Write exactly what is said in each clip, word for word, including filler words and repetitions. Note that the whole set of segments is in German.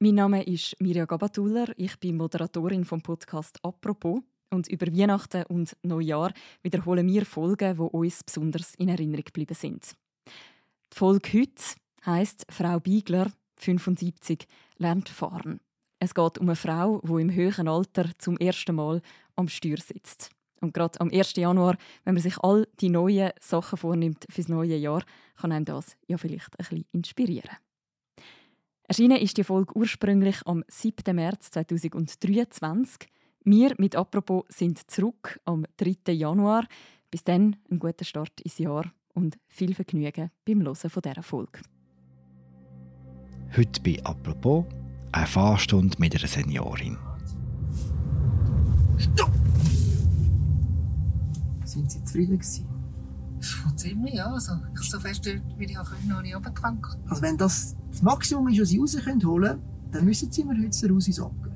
Mein Name ist Mirja Gabatuller, ich bin Moderatorin vom Podcast «Apropos». Und über Weihnachten und Neujahr wiederholen wir Folgen, die uns besonders in Erinnerung geblieben sind. Die Folge heute heisst «Frau Bigler, fünfundsiebzig, lernt fahren». Es geht um eine Frau, die im höheren Alter zum ersten Mal am Steuer sitzt. Und gerade am ersten Januar, wenn man sich all die neuen Sachen vornimmt fürs neue Jahr, kann einem das ja vielleicht ein bisschen inspirieren. Erschienen ist die Folge ursprünglich am siebten März zweitausenddreiundzwanzig. Wir mit «Apropos» sind zurück am dritten Januar. Bis dann einen guten Start ins Jahr und viel Vergnügen beim Hören von dieser Folge. Heute bei «Apropos» eine Fahrstunde mit einer Seniorin. Stopp! Sind Sie zufrieden gewesen? Schon ziemlich, ja. Also, ich habe so fest dort, wie ich auch noch nicht runtergelenkt. Also wenn das das Maximum ist, was Sie raus können holen können, dann müssen Sie mir heute raus ins Abgeben.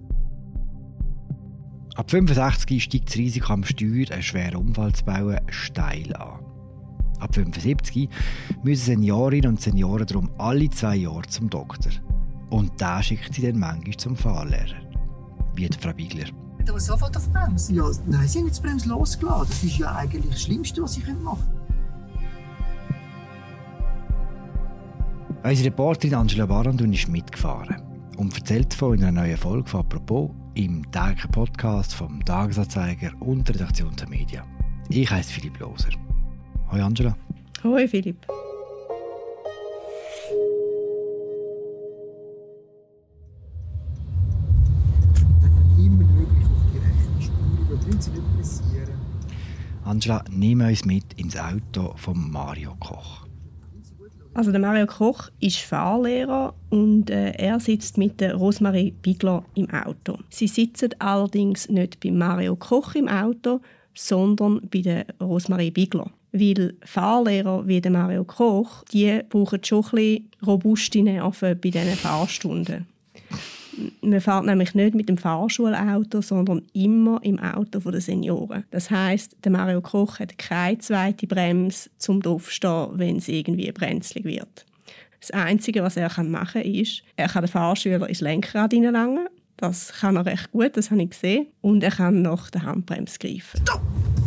Ab fünfundsechzig steigt das Risiko am Steuer, einen schweren Unfall zu bauen, steil an. Ab fünfundsiebzig müssen Seniorinnen und Senioren darum alle zwei Jahre zum Doktor. Und der schickt sie dann manchmal zum Fahrlehrer. Wie die Frau Bigler. Du musst sofort auf die Bremse. Ja, nein, Sie haben jetzt die Bremse losgelassen. Das ist ja eigentlich das Schlimmste, was Sie machen können. Unsere Reporterin Angela Barandun ist mitgefahren und erzählt von in einer neuen Folge von «Apropos» im täglichen Podcast vom Tagesanzeiger und der Redaktion der Medien. Ich heiße Philipp Loser. Hoi Angela. Hoi Philipp. Immer möglich auf die rechte Spur, das will Sie nicht passieren. Angela, nimm uns mit ins Auto von Mario Koch. Also der Mario Koch ist Fahrlehrer und äh, er sitzt mit der Rosemarie Bigler im Auto. Sie sitzen allerdings nicht bei Mario Koch im Auto, sondern bei der Rosemarie Bigler. Weil Fahrlehrer wie der Mario Koch, die brauchen schon ein bisschen robuste Nerven bei diesen Fahrstunden. Man fährt nämlich nicht mit dem Fahrschulauto, sondern immer im Auto der Senioren. Das heisst, der Mario Koch hat keine zweite Bremse, um draufzustehen, wenn es irgendwie brenzlig wird. Das Einzige, was er machen kann, ist, er kann den Fahrschüler ins Lenkrad hineinlangen. Das kann er recht gut, das habe ich gesehen. Und er kann nach der Handbremse greifen. Stopp!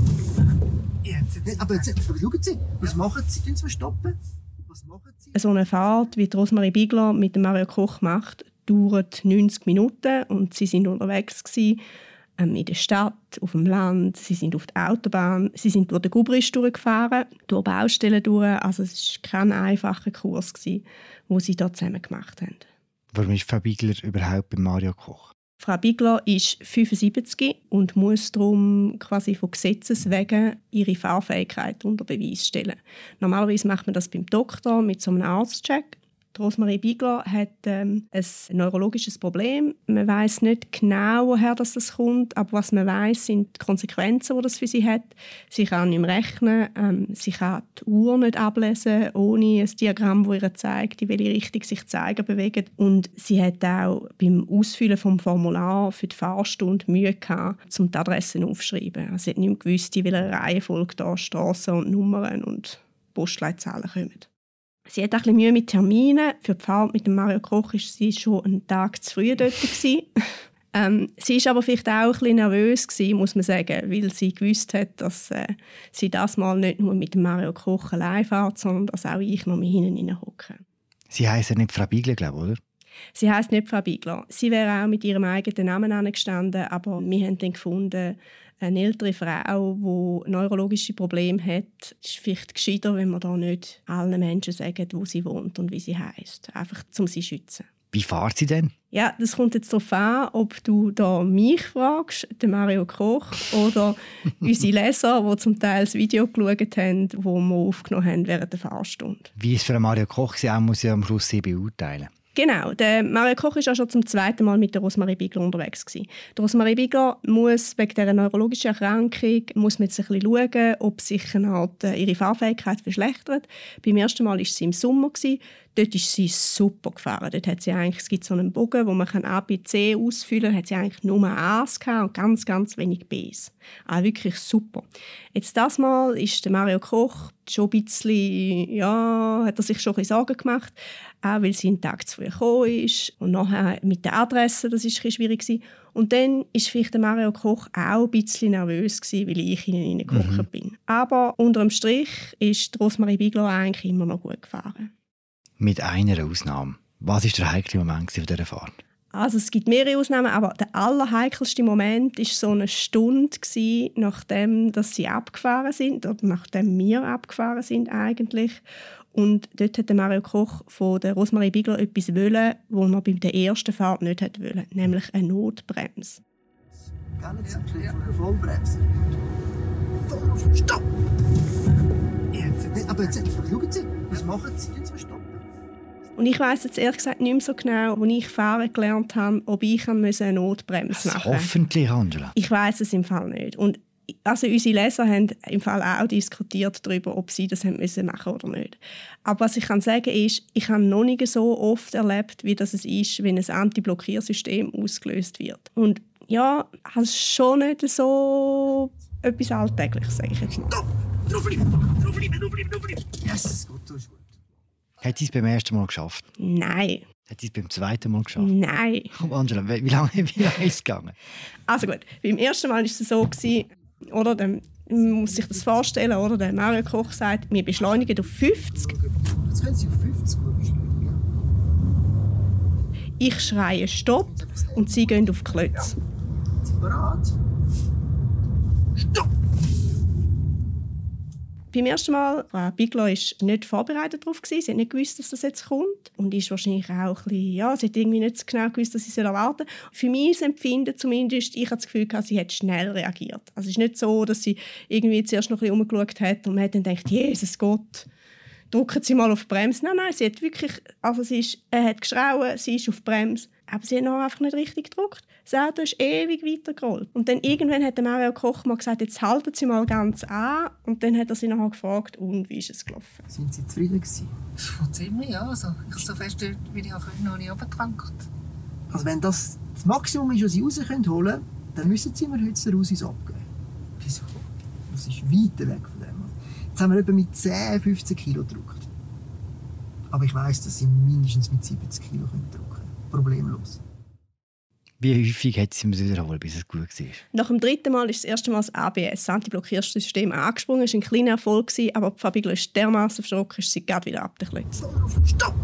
Jetzt, jetzt. Aber, jetzt, aber schauen Sie, was machen Sie? Können Sie stoppen? Was machen Sie? So eine Fahrt, wie die Rosemarie Bigler mit dem Mario Koch macht, dauert neunzig Minuten und sie sind unterwegs gewesen, ähm, in der Stadt, auf dem Land, sie sind auf der Autobahn, sie sind durch den Gubrisch durchgefahren, durch Baustellen durch. Also es war kein einfacher Kurs gewesen, den sie da zusammen gemacht haben. Warum ist Frau Bigler überhaupt bei Mario Koch? Frau Bigler ist fünfundsiebzig und muss darum quasi von Gesetzes wegen ihre Fahrfähigkeit unter Beweis stellen. Normalerweise macht man das beim Doktor mit so einem Arztcheck. Die Rosemarie Bigler hat ähm, ein neurologisches Problem. Man weiss nicht genau, woher das, das kommt, aber was man weiss, sind die Konsequenzen, die das für sie hat. Sie kann nicht mehr rechnen, ähm, sie kann die Uhr nicht ablesen, ohne ein Diagramm, das ihr zeigt, in welche Richtung sich die Zeiger bewegen. Und sie hat auch beim Ausfüllen des Formulars für die Fahrstunde Mühe gehabt, um die Adressen aufzuschreiben. Also sie hat nicht mehr gewusst, in welcher Reihenfolge da Strassen und Nummern und Postleitzahlen kommen. Sie hat auch ein bisschen Mühe mit Terminen. Für die Fahrt mit dem Mario Koch war sie schon einen Tag zu früh dort. ähm, sie war aber vielleicht auch ein bisschen nervös, muss man sagen, weil sie gewusst hat, dass äh, sie das Mal nicht nur mit dem Mario Koch allein fährt, sondern dass auch ich noch mit hinten hocke. Sie heisst ja nicht Frau Bigler, glaube ich, oder? Sie heisst nicht Frau Bigler. Sie wäre auch mit ihrem eigenen Namen angestanden, aber wir haben dann gefunden, eine ältere Frau, die neurologische Probleme hat, ist vielleicht gescheiter, wenn wir da nicht allen Menschen sagen, wo sie wohnt und wie sie heisst. Einfach, um sie zu schützen. Wie fährt sie denn? Ja, das kommt jetzt darauf an, ob du da mich fragst, den Mario Koch, oder unsere Leser, die zum Teil das Video geschaut haben, das wir aufgenommen haben während der Fahrstunde. Wie es für Mario Koch war, muss ja am Schluss sie beurteilen. Genau, der Mario Koch war auch schon zum zweiten Mal mit der Rosemarie Bigler unterwegs gewesen. Die Rosemarie Bigler muss wegen dieser neurologischen Erkrankung muss man jetzt ein bisschen schauen, ob sich halt ihre Fahrfähigkeit verschlechtert. Beim ersten Mal war sie im Sommer gewesen. Dort ist sie super gefahren. Dort hat sie eigentlich, es gibt so einen Bogen, wo man A, B, C ausfüllen kann. Hat sie eigentlich nur A's gehabt und ganz, ganz wenig B's. Also wirklich super. Jetzt das Mal ist der Mario Koch schon ein bisschen, ja, hat er sich schon ein bisschen Sorgen gemacht, auch weil sie einen Tag zu früh gekommen ist. Und nachher mit der Adresse, das war ein bisschen schwierig. Und dann war vielleicht der Mario Koch auch ein bisschen nervös, weil ich in ihn reingekocht mhm. bin. Aber unter dem Strich ist Rosmarie Bigler eigentlich immer noch gut gefahren. Mit einer Ausnahme. Was war der heikle Moment von dieser Fahrt? Also es gibt mehrere Ausnahmen, aber der allerheikelste Moment war so eine Stunde, nachdem dass sie abgefahren sind, oder nachdem wir abgefahren sind eigentlich. Und dort hat Mario Koch von der Rosmarie Bigler etwas wollen, was er bei der ersten Fahrt nicht wollte, nämlich eine Notbremse. Gar nicht so ja, ja. Vollbremse. Voll auf Stopp! Jetzt, aber jetzt, schauen Sie, was machen Sie denn so stoppen? Und ich weiss jetzt ehrlich gesagt nicht mehr so genau, als ich fahren gelernt habe, ob ich eine Notbremse machen musste. Hoffentlich, Angela. Ich weiss es im Fall nicht. Und also unsere Leser haben im Fall auch diskutiert darüber, ob sie das haben müssen machen oder nicht. Aber was ich kann sagen ist, ich habe noch nicht so oft erlebt, wie das es ist, wenn ein Anti-Blockiersystem ausgelöst wird. Und ja, das ist schon nicht so etwas Alltägliches, sage ich jetzt mal. Stopp! Draufbleiben! Draufbleiben! Draufbleiben! Draufbleiben! Yes, gut, das ist gut. Hat sie es beim ersten Mal geschafft? Nein. Hat sie es beim zweiten Mal geschafft? Nein. Komm, Angela, wie lange, wie lange ist es gegangen? Also gut, beim ersten Mal war es so, oder, dann, man muss sich das vorstellen, oder? Der Mario Koch sagt, wir beschleunigen auf fünfzig. Jetzt können Sie auf fünfzig beschleunigen. Ich schreie Stopp und sie gehen auf Klötze. Sind Sie bereit? Stopp! Beim ersten Mal, Frau Bigler war nicht vorbereitet darauf. Sie hat nicht gewusst, dass das jetzt kommt. Und ist wahrscheinlich auch ein bisschen, ja, sie hat irgendwie nicht so genau gewusst, dass sie erwarten soll. Für mein Empfinden zumindest, ich habe das Gefühl, sie hat schnell reagiert. Also es ist nicht so, dass sie irgendwie zuerst noch ein bisschen rumgeschaut hat und man hat dann gedacht, Jesus Gott, drücken Sie mal auf die Bremse. Nein, nein, sie hat wirklich, also sie ist, er hat geschrauen, sie ist auf die Bremse. Aber sie hat noch einfach nicht richtig gedrückt. Das Auto ist ewig weitergerollt. Und dann irgendwann hat Mario Koch mal gesagt, jetzt halten Sie mal ganz an. Und dann hat er sie nachher gefragt, und wie ist es gelaufen? Sind Sie zufrieden gewesen? Ziemlich, ja. Also, ich habe so fest, wie ich auch noch nicht runtergetankt. Also wenn das das Maximum ist, was Sie raus holen können, dann müssen Sie mir heute den Rusis abgeben. Wieso? Das ist weit weg von dem. Jetzt haben wir etwa mit zehn, fünfzehn Kilo gedrückt. Aber ich weiss, dass Sie mindestens mit siebzig Kilo drücken können. Problemlos. Wie häufig hat sie wiederholt, bis es gut war? Nach dem dritten Mal ist das erste Mal das A B S, das Antiblockiersystem, angesprungen. Es war ein kleiner Erfolg, aber Frau Bigler ist dermaßen verschrocken, ist sie gerade wieder abgeklotzt. Stopp!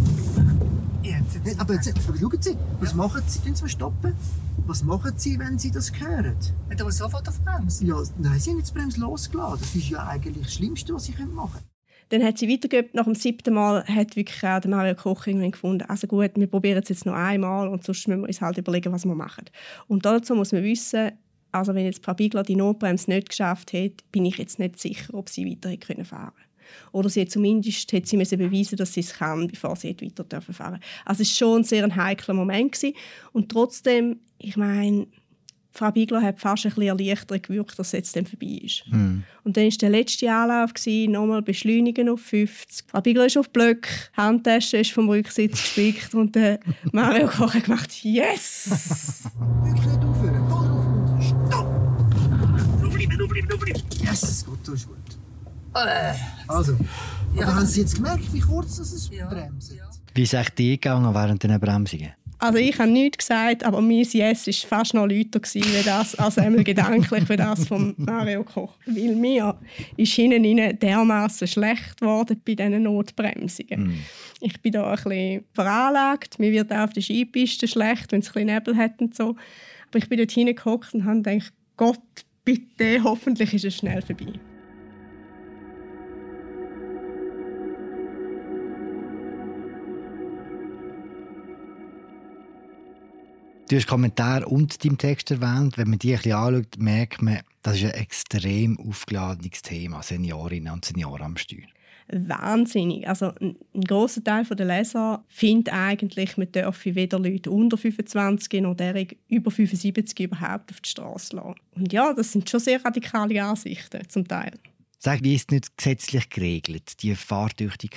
Jetzt, jetzt. Aber, jetzt, aber schauen Sie, was machen Sie, wenn Sie stoppen? Was machen Sie, wenn Sie das hören? Hat er sofort auf die Bremse? Ja, nein, Sie haben jetzt die Bremse losgelassen. Das ist ja eigentlich das Schlimmste, was Sie machen können. Dann hat sie weitergegeben. Nach dem siebten Mal hat wirklich auch der Mario Koch irgendwann gefunden, also gut, wir probieren es jetzt noch einmal und sonst müssen wir uns halt überlegen, was wir machen. Und dazu muss man wissen, also wenn jetzt Frau Bigler die Notbremse nicht geschafft hätte, bin ich jetzt nicht sicher, ob sie weiter hätte fahren können. Oder sie hat zumindest hätte sie müssen beweisen, dass sie es kann, bevor sie weiter fahren durfte. Also es war schon ein sehr heikler Moment gewesen. Und trotzdem, ich meine, Frau Bigler hat fast ein bisschen erleichtert gewirkt, dass es jetzt dann vorbei ist. Mm. Und dann war der letzte Anlauf, nochmal beschleunigen auf fünfzig. Frau Bigler ist auf Blöcke, die Handtasche ist vom Rücksitz gespickt und der Mario Koch hat gemacht, yes! Wirklich nicht aufhören, voll drauf und stopp! Aufbleiben, aufbleiben, aufbleiben! Yes, gut, das ist gut. Äh. Also, ja. aber haben Sie jetzt gemerkt, wie kurz das es ja. bremst? Ja. Wie ist es echt gegangen während dieser Bremsungen? Also ich habe nichts gesagt, aber mein Yes war fast noch lauter wie das, also einmal gedanklich wie das von Mario Koch. Weil mir ist hinten rein dermaßen schlecht geworden bei diesen Notbremsungen. Mm. Ich bin da ein bisschen veranlagt, mir wird auch auf der Skipiste schlecht, wenn es ein bisschen Nebel hat und so. Aber ich bin dort hingehockt und habe gedacht, Gott, bitte, hoffentlich ist es schnell vorbei. Du hast Kommentare und deinem Text erwähnt. Wenn man die ein bisschen anschaut, merkt man, das ist ein extrem aufgeladenes Thema, Seniorinnen und Senioren am Steuer. Wahnsinnig. Also ein, ein grosser Teil der Leser findet eigentlich, man dürfe weder Leute unter fünfundzwanzig noch derige über fünfundsiebzig überhaupt auf die Straße lassen. Und ja, das sind schon sehr radikale Ansichten zum Teil. Sag, wie ist es nicht gesetzlich geregelt, die Fahrtüchtigkeit?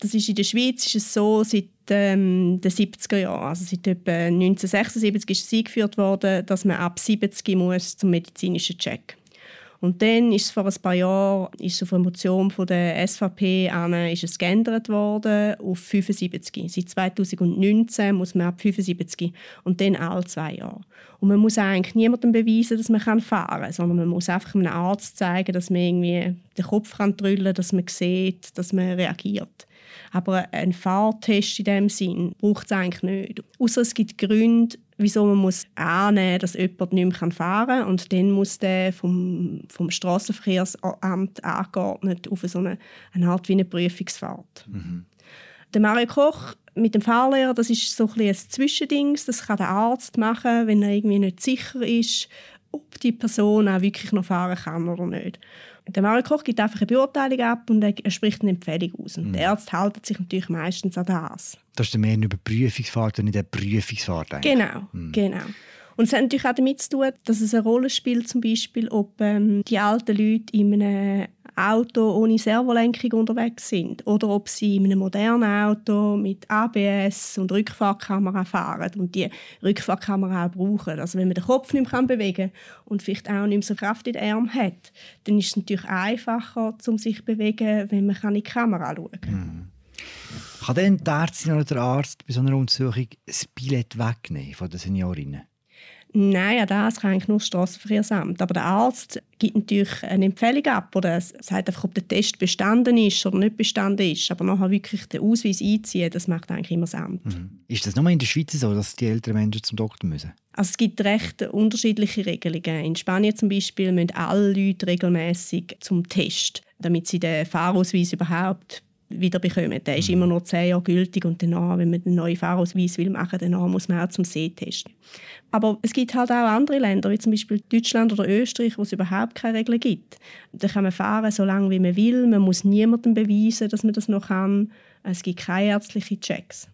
Das ist in der Schweiz ist es so, seit ähm, den siebziger Jahren, also seit etwa neunzehnhundertsechsundsiebzig ist es eingeführt worden, dass man ab siebzig muss zum medizinischen Check. Und dann ist es vor ein paar Jahren ist auf eine Motion von der S V P an, ist es geändert worden auf fünfundsiebzig. Seit zweitausendneunzehn muss man ab fünfundsiebzig und dann alle zwei Jahre. Und man muss eigentlich niemandem beweisen, dass man fahren kann, sondern man muss einfach einem Arzt zeigen, dass man irgendwie den Kopf kann drüllen kann, dass man sieht, dass man reagiert. Aber einen Fahrtest in diesem Sinn braucht es eigentlich nicht. Ausser es gibt Gründe, wieso man muss annehmen muss, dass jemand nicht mehr fahren kann. Und dann muss der vom, vom Strassenverkehrsamt angeordnet auf so eine, eine Art wie eine Prüfungsfahrt. Mhm. Der Mario Koch mit dem Fahrlehrer, das ist so ein, ein Zwischending. Das kann der Arzt machen, wenn er irgendwie nicht sicher ist, ob die Person auch wirklich noch fahren kann oder nicht. Der Mario Koch gibt einfach eine Beurteilung ab und er spricht eine Empfehlung aus. Und mhm. der Arzt hält sich natürlich meistens an das. Das ist dann mehr eine Überprüfungsfahrt und nicht eine Prüfungsfahrt eigentlich. Genau, mhm. genau. Und es hat natürlich auch damit zu tun, dass es eine Rolle spielt, zum Beispiel, ob ähm, die alten Leute in einem Auto ohne Servolenkung unterwegs sind oder ob sie in einem modernen Auto mit A B S und Rückfahrkamera fahren und die Rückfahrkamera auch brauchen. Also wenn man den Kopf nicht mehr bewegen kann und vielleicht auch nicht mehr so Kraft in den Armen hat, dann ist es natürlich einfacher, um sich zu bewegen, wenn man in die Kamera schauen kann. Mhm. Kann denn die Ärztin oder der Arzt bei so einer Untersuchung das Billett wegnehmen von den Seniorinnen? Nein, ja, das kann eigentlich nur das Strassenverkehrsamt. Aber der Arzt gibt natürlich eine Empfehlung ab oder sagt einfach, ob der Test bestanden ist oder nicht bestanden ist. Aber nachher wirklich den Ausweis einziehen, das macht eigentlich immer das Amt. Mhm. Ist das nur in der Schweiz so, dass die älteren Menschen zum Doktor müssen? Also es gibt recht unterschiedliche Regelungen. In Spanien zum Beispiel müssen alle Leute regelmäßig zum Test, damit sie den Fahrausweis überhaupt wieder bekommen. Der ist mhm. immer noch zehn Jahre gültig und danach, wenn man einen neuen Fahrausweis will machen, danach muss man auch zum Sehtest. Aber es gibt halt auch andere Länder, wie zum Beispiel Deutschland oder Österreich, wo es überhaupt keine Regeln gibt. Da kann man fahren, so lange wie man will. Man muss niemandem beweisen, dass man das noch kann. Es gibt keine ärztlichen Checks.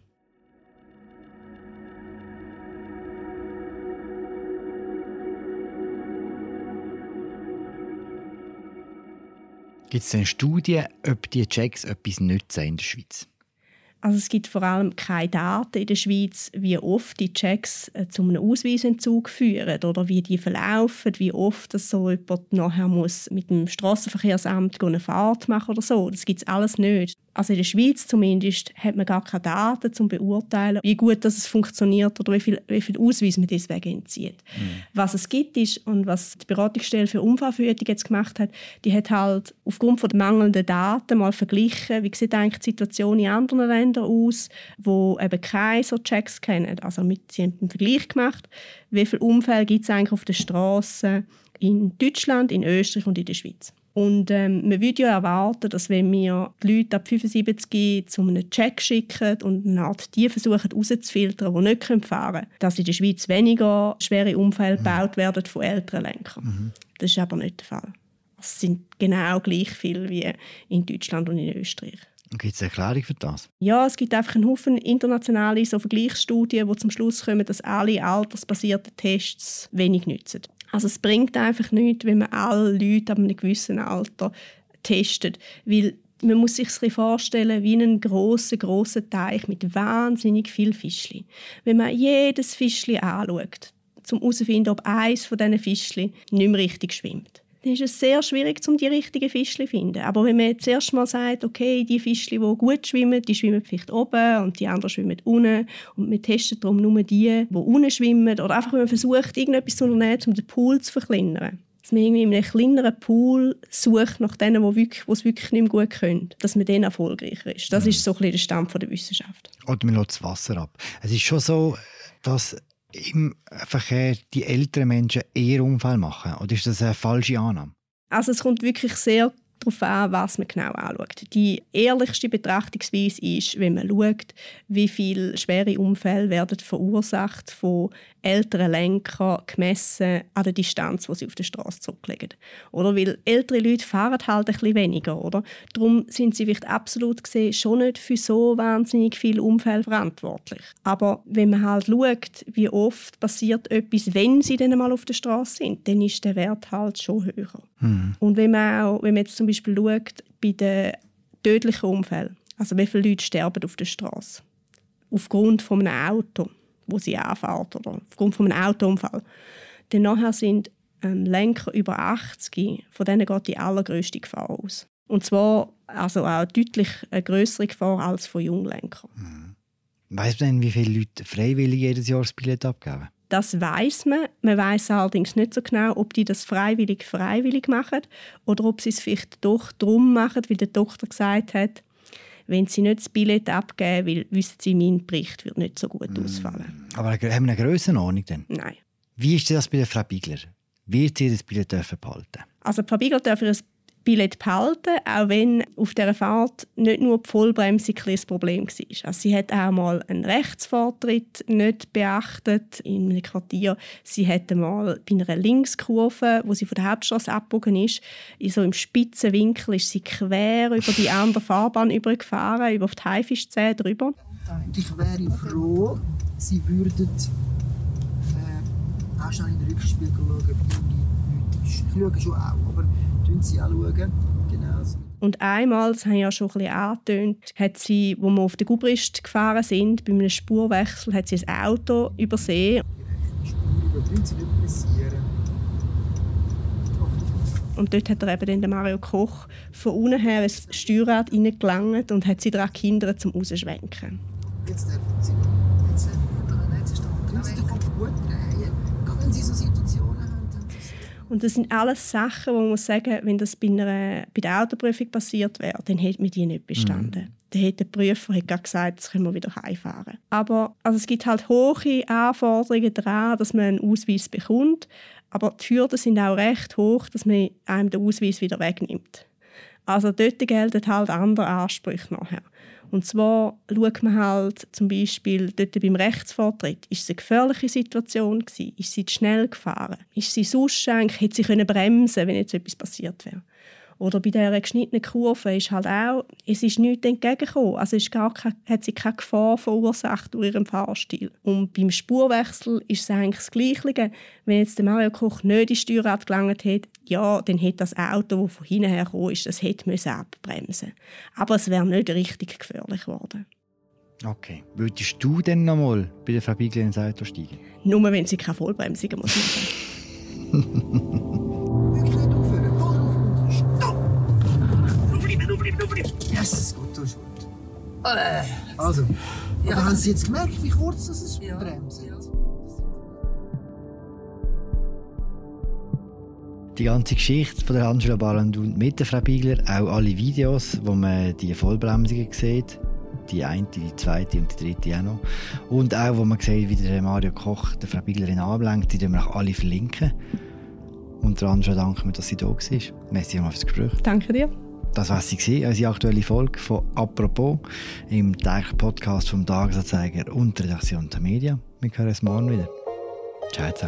Gibt es denn Studien, ob diese Checks etwas nützen in der Schweiz? Also es gibt vor allem keine Daten in der Schweiz, wie oft die Checks äh, zu einem Ausweisentzug führen oder wie die verlaufen, wie oft das so jemand nachher muss mit dem Strassenverkehrsamt eine Fahrt machen oder so. Das gibt es alles nicht. Also in der Schweiz zumindest hat man gar keine Daten, um zu beurteilen, wie gut das funktioniert oder wie viel, wie viel Ausweis man deswegen entzieht. Mhm. Was es gibt ist, und was die Beratungsstelle für Unfallverhütung jetzt gemacht hat, die hat halt aufgrund von der mangelnden Daten mal verglichen, wie sieht eigentlich die Situation in anderen Ländern aus, wo eben keine so Checks kennen. Also mit, sie haben einen Vergleich gemacht, wie viele Unfälle gibt es eigentlich auf den Strassen in Deutschland, in Österreich und in der Schweiz. Und ähm, man würde ja erwarten, dass wenn wir die Leute ab fünfundsiebzig zu einem Check schicken und eine Art die versuchen herauszufiltern, die nicht fahren können, dass in der Schweiz weniger schwere Unfälle mhm. gebaut werden von älteren Lenkern. Mhm. Das ist aber nicht der Fall. Es sind genau gleich viele wie in Deutschland und in Österreich. Gibt es eine Erklärung für das? Ja, es gibt einfach einen Haufen internationale so Vergleichsstudien, die zum Schluss kommen, dass alle altersbasierten Tests wenig nützen. Also es bringt einfach nichts, wenn man alle Leute ab einem gewissen Alter testet, weil man muss sich das vorstellen wie einen grossen, grossen Teich mit wahnsinnig vielen Fischchen. Wenn man jedes Fischchen anschaut, um herauszufinden, ob eines von diesen Fischchen nicht mehr richtig schwimmt, dann ist es sehr schwierig, um die richtigen Fischchen zu finden. Aber wenn man jetzt erst mal sagt, okay, die Fischchen, die gut schwimmen, die schwimmen vielleicht oben und die anderen schwimmen unten und man testet darum nur die, die unten schwimmen, oder einfach, wenn man versucht, irgendetwas zu unternehmen, um den Pool zu verkleinern. Dass man irgendwie in einem kleineren Pool sucht nach denen, die wirklich, es wirklich nicht mehr gut können, dass man dann erfolgreicher ist. Das mhm. ist so ein bisschen der Stand der Wissenschaft. Oder man lässt das Wasser ab. Es ist schon so, dass im Verkehr die älteren Menschen eher Unfälle machen? Oder ist das eine falsche Annahme? Also es kommt wirklich sehr darauf an, was man genau anschaut. Die ehrlichste Betrachtungsweise ist, wenn man schaut, wie viele schwere Unfälle werden verursacht von älteren Lenkern gemessen an der Distanz, die sie auf der Straße zurücklegen. Oder weil ältere Leute fahren halt ein bisschen weniger. Oder? Darum sind sie vielleicht absolut gesehen schon nicht für so wahnsinnig viele Unfälle verantwortlich. Aber wenn man halt schaut, wie oft passiert etwas, wenn sie dann mal auf der Straße sind, dann ist der Wert halt schon höher. Mhm. Und wenn man, auch, wenn man jetzt zum Beispiel schaut, bei den tödlichen Unfällen, Also wie viele Leute sterben auf der Straße? Aufgrund von einem Auto, wo sie anfährt, oder aufgrund von einem Autounfall. Dann nachher sind ähm, Lenker über achtzig, von denen geht die allergrößte Gefahr aus. Und zwar also auch deutlich eine grössere Gefahr als von Junglenkern. Mhm. Weiss man denn, wie viele Leute freiwillig jedes Jahr das Billett abgeben? Das weiss man. Man weiss allerdings nicht so genau, ob die das freiwillig freiwillig machen oder ob sie es vielleicht doch darum machen, weil der Doktor gesagt hat, wenn sie nicht das Billett abgeben, weil wissen sie, mein Bericht wird nicht so gut mm. ausfallen. Aber haben wir eine Grössenordnung denn? Nein. Wie ist das bei der Frau Bigler? Wird sie das Billett behalten? Also Frau Bigler darf ihr Billett behalten, auch wenn auf dieser Fahrt nicht nur die Vollbremsung das Problem war. Also sie hat auch mal einen Rechtsvortritt nicht beachtet in einem Quartier. Sie hat mal bei einer Linkskurve, wo sie von der Hauptstrasse abgebogen ist, in so im spitzen Winkel ist sie quer über die andere Fahrbahn übergefahren, über die Haifischzähne drüber. Ich wäre froh, Sie würden äh, auch schnell in den Rückspiegel schauen, ob irgendwie nichts ist. Ich schaue schon auch, aber Sie anschauen. Genau. Und einmal, das habe ich ja schon ein bisschen angetönt, hat sie, wo wir auf der Gubrist gefahren sind, bei einem Spurwechsel, hat sie ein Auto übersehen. Spur Sie nicht passieren. Und dort hat er eben dann Mario Koch von unten her ins Steuerrad reingelangt und hat sie daran gehindert, zum Rausschwenken. Jetzt dürfen Sie. Jetzt dürfen Sie. Jetzt dürfen Sie den Kopf gut drehen. Wenn Sie so Situationen haben. Und das sind alles Sachen, wo man muss sagen, wenn das bei, einer, bei der Autoprüfung passiert wäre, dann hätte man die nicht bestanden. Mhm. Dann hätte der Prüfer hat gesagt, jetzt können wir wieder heimfahren. Aber also es gibt halt hohe Anforderungen daran, dass man einen Ausweis bekommt. Aber die Hürden sind auch recht hoch, dass man einem den Ausweis wieder wegnimmt. Also dort gelten halt andere Ansprüche nachher. Und zwar schaut man halt zum Beispiel dort beim Rechtsvortritt, ist es eine gefährliche Situation gewesen? Ist sie zu schnell gefahren? Ist sie sonst eigentlich, hätte sie können bremsen, wenn jetzt etwas passiert wäre? Oder bei dieser geschnittenen Kurve ist halt auch, es ist nichts entgegengekommen. Also ist gar keine, hat sie keine Gefahr verursacht durch ihren Fahrstil. Und beim Spurwechsel ist es eigentlich das Gleiche. Wenn jetzt der Mario Koch nicht ins Steuerrad gelangt hätte, ja, dann hätte das Auto, das von hinten her kam, das hätte abbremsen. Aber es wäre nicht richtig gefährlich geworden. Okay. Würdest du denn noch mal bei der Frau Bigler ins Auto steigen? Nur wenn sie keine Vollbremsung muss machen. Yes, gut, du schon. Also, ja. Aber haben Sie jetzt gemerkt, wie kurz das ist? Ja. Bremsen? Ja. Die ganze Geschichte von der Angela Balandun mit der Frau Bigler, auch alle Videos, wo man die Vollbremsungen sieht, die eine, die zweite und die dritte auch noch. Und auch, wo man sieht, wie der Mario Koch der Frau Biglerin ablenkt, die wir auch alle verlinken. Und der Angela danken wir, dass sie da war. Merci für das Gespräch. Danke dir. Das war sie, unsere aktuelle Folge von «Apropos» im täglichen Podcast vom Tagesanzeiger und der Redaktion der Medien. Wir hören uns morgen wieder. Ciao zusammen.